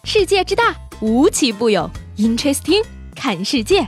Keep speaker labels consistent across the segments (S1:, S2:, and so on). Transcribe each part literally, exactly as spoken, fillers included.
S1: 世界之大，无奇不有。Interesting， 看世界。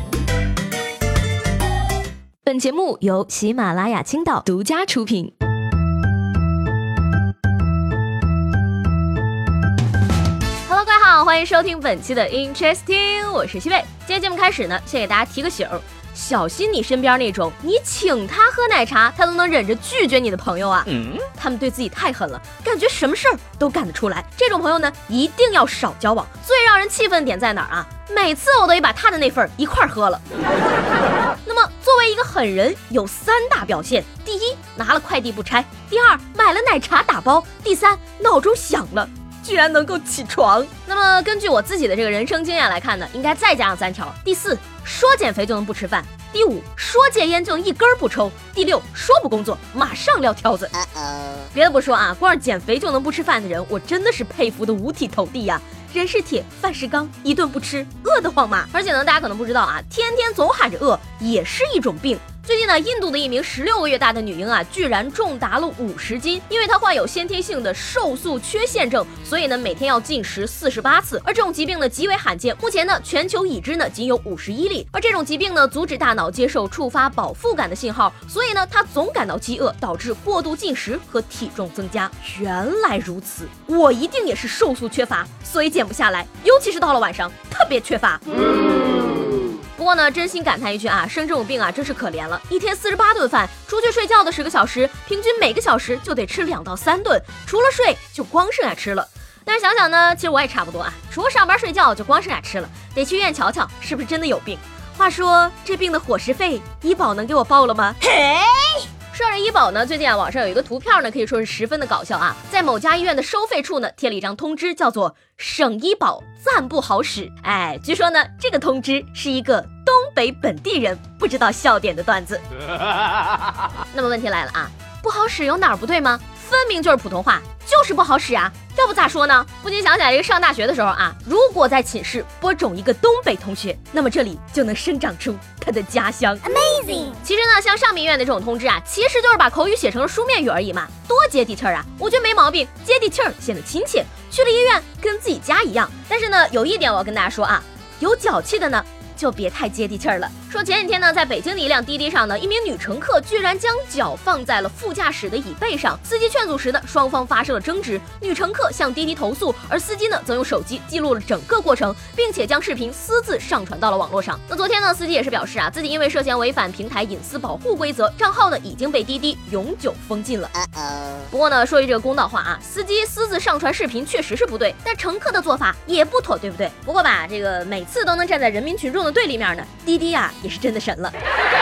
S1: 本节目由喜马拉雅青岛独家出品。Hello， 各位好，欢迎收听本期的 Interesting， 我是西贝。今天节目开始呢，先给大家提个醒儿。小心你身边那种你请他喝奶茶他都能忍着拒绝你的朋友啊，嗯，他们对自己太狠了，感觉什么事儿都干得出来。这种朋友呢一定要少交往。最让人气愤点在哪儿啊？每次我都得把他的那份一块喝了。那么作为一个狠人有三大表现：第一，拿了快递不拆；第二，买了奶茶打包；第三，闹钟响了居然能够起床。那么根据我自己的这个人生经验来看呢，应该再加上三条：第四，说减肥就能不吃饭；第五，说戒烟就能一根不抽；第六，说不工作马上撂挑子。别的不说啊，光是减肥就能不吃饭的人，我真的是佩服的五体投地呀、啊！人是铁，饭是钢，一顿不吃饿得慌嘛。而且呢，大家可能不知道啊，天天总喊着饿也是一种病。最近呢，印度的一名十六个月大的女婴啊，居然重达了五十斤，因为她患有先天性的瘦素缺陷症，所以呢每天要进食四十八次。而这种疾病呢极为罕见，目前呢全球已知呢仅有五十一例。而这种疾病呢阻止大脑接受触发饱腹感的信号，所以呢她总感到饥饿，导致过度进食和体重增加。原来如此，我一定也是瘦素缺乏，所以减不下来，尤其是到了晚上特别缺乏。不过呢，真心感叹一句啊，生这种病啊，真是可怜了。一天四十八顿饭，出去睡觉的十个小时，平均每个小时就得吃两到三顿，除了睡就光剩下吃了。但是想想呢，其实我也差不多啊，除了上班睡觉就光剩下吃了，得去医院瞧瞧是不是真的有病。话说这病的伙食费，医保能给我报了吗？嘿。说到医保呢，最近啊，网上有一个图片呢，可以说是十分的搞笑啊。在某家医院的收费处呢，贴了一张通知，叫做“省医保暂不好使”。哎，据说呢，这个通知是一个东北本地人不知道笑点的段子。那么问题来了啊，不好使有哪儿不对吗？分明就是普通话，就是不好使啊！要不咋说呢？不禁想起来这个上大学的时候啊，如果在寝室播种一个东北同学，那么这里就能生长出他的家乡。Amazing！ 其实呢，像上面医院的这种通知啊，其实就是把口语写成了书面语而已嘛，多接地气儿啊！我觉得没毛病，接地气儿显得亲切。去了医院跟自己家一样。但是呢，有一点我要跟大家说啊，有脚气的呢，就别太接地气儿了。说前几天呢，在北京的一辆滴滴上呢，一名女乘客居然将脚放在了副驾驶的椅背上。司机劝阻时呢，双方发生了争执，女乘客向滴滴投诉，而司机呢则用手机记录了整个过程，并且将视频私自上传到了网络上。那昨天呢，司机也是表示啊，自己因为涉嫌违反平台隐私保护规则，账号呢已经被滴滴永久封禁了。不过呢，说句这个公道话啊，司机私自上传视频确实是不对，但乘客的做法也不妥，对不对？不过吧，这个每次都能站在人民群众的对立面呢，滴滴啊也是真的神了。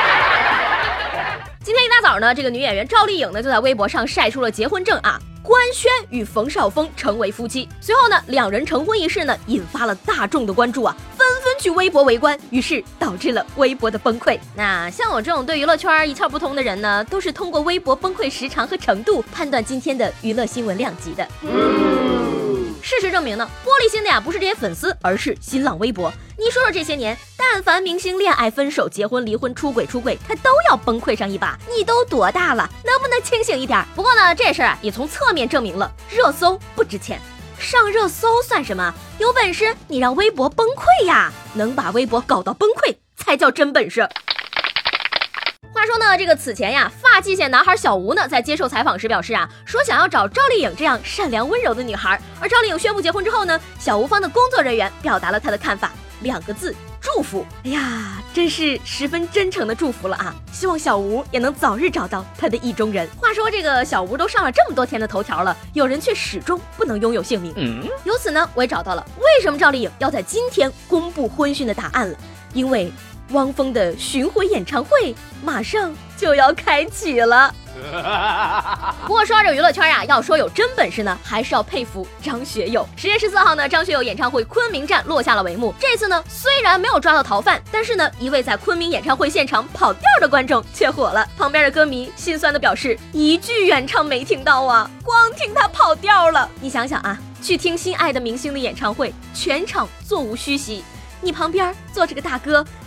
S1: 今天一大早呢，这个女演员赵丽颖呢就在微博上晒出了结婚证啊，官宣与冯绍峰成为夫妻。随后呢，两人成婚仪式呢引发了大众的关注啊，纷纷去微博围观，于是导致了微博的崩溃。那像我这种对娱乐圈一窍不通的人呢，都是通过微博崩溃时长和程度判断今天的娱乐新闻量级的。事实证明呢，玻璃心的呀不是这些粉丝，而是新浪微博。你说说这些年，但凡明星恋爱、分手、结婚、离婚、出轨、出轨，他都要崩溃上一把。你都多大了，能不能清醒一点？不过呢，这事儿啊也从侧面证明了热搜不值钱，上热搜算什么？有本事你让微博崩溃呀！能把微博搞到崩溃才叫真本事。话说呢，这个此前呀，发际线男孩小吴呢，在接受采访时表示啊，说想要找赵丽颖这样善良温柔的女孩。而赵丽颖宣布结婚之后呢，小吴方的工作人员表达了他的看法，两个字：祝福。哎呀，真是十分真诚的祝福了啊！希望小吴也能早日找到他的意中人。话说这个小吴都上了这么多天的头条了，有人却始终不能拥有姓名。嗯、由此呢，我也找到了为什么赵丽颖要在今天公布婚讯的答案了，因为汪峰的巡回演唱会马上就要开启了。不过说到这娱乐圈啊，要说有真本事呢，还是要佩服张学友。十月十四号呢，张学友演唱会昆明站落下了帷幕。这次呢，虽然没有抓到逃犯，但是呢，一位在昆明演唱会现场跑调的观众却火了。旁边的歌迷心酸的表示，一句原唱没听到啊，光听他跑调了。你想想啊，去听心爱的明星的演唱会，全场座无虚席，你旁边坐着个大哥，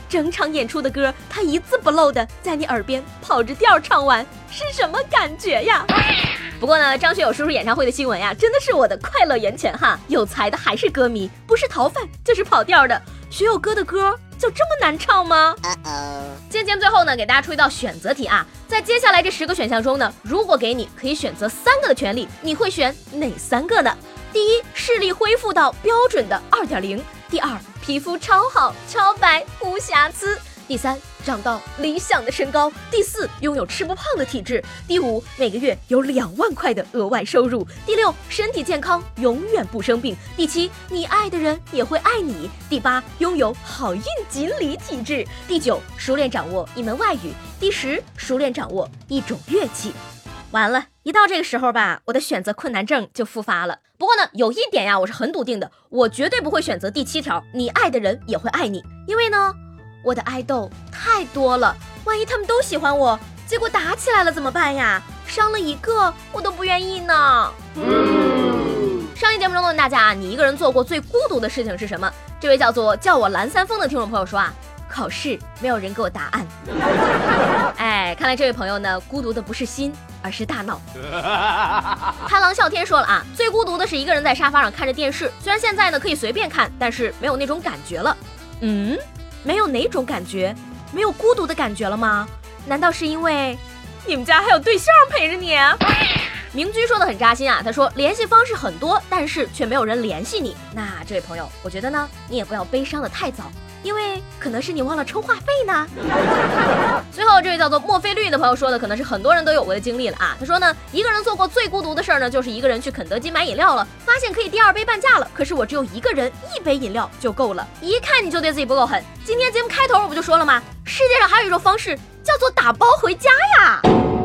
S1: 整场演出的歌他一字不漏的在你耳边跑着调唱完，是什么感觉呀？不过呢，张学友叔叔演唱会的新闻呀，真的是我的快乐源泉哈！有才的还是歌迷，不是逃犯就是跑调的。学友哥的歌就这么难唱吗？ Uh-oh. 今天节目最后呢，给大家出一道选择题啊，在接下来这十个选项中呢，如果给你可以选择三个的权利，你会选哪三个呢？第一，视力恢复到标准的 二点零；第二，皮肤超好超白无瑕疵；第三，长到理想的身高；第四，拥有吃不胖的体质；第五，每个月有两万块的额外收入；第六，身体健康永远不生病；第七，你爱的人也会爱你；第八，拥有好运锦鲤体质；第九，熟练掌握一门外语；第十，熟练掌握一种乐器。完了，一到这个时候吧，我的选择困难症就复发了。不过呢，有一点呀，我是很笃定的，我绝对不会选择第七条，你爱的人也会爱你。因为呢，我的爱豆太多了，万一他们都喜欢我，结果打起来了怎么办呀？伤了一个，我都不愿意呢。嗯、上一节目中问大家啊，你一个人做过最孤独的事情是什么？这位叫做叫我蓝三丰的听众朋友说啊，考试没有人给我答案。哎，看来这位朋友呢，孤独的不是心，而是大脑。贪狼笑天说了啊，最孤独的是一个人在沙发上看着电视，虽然现在呢可以随便看，但是没有那种感觉了。嗯，没有哪种感觉？没有孤独的感觉了吗？难道是因为你们家还有对象陪着你？明居说的很扎心啊，他说联系方式很多，但是却没有人联系你。那这位朋友，我觉得呢，你也不要悲伤的太早，因为可能是你忘了充话费呢。最后这位叫做墨菲绿的朋友说的，可能是很多人都有过的经历了啊。他说呢，一个人做过最孤独的事儿呢，就是一个人去肯德基买饮料了，发现可以第二杯半价了，可是我只有一个人，一杯饮料就够了。一看你就对自己不够狠。今天节目开头我不就说了吗？世界上还有一种方式叫做打包回家呀。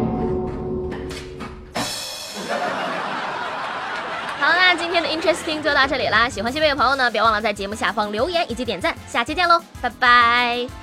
S1: 好，那今天的 Interesting 就到这里啦。喜欢西贝的朋友呢，别忘了在节目下方留言以及点赞。下期见喽，拜拜。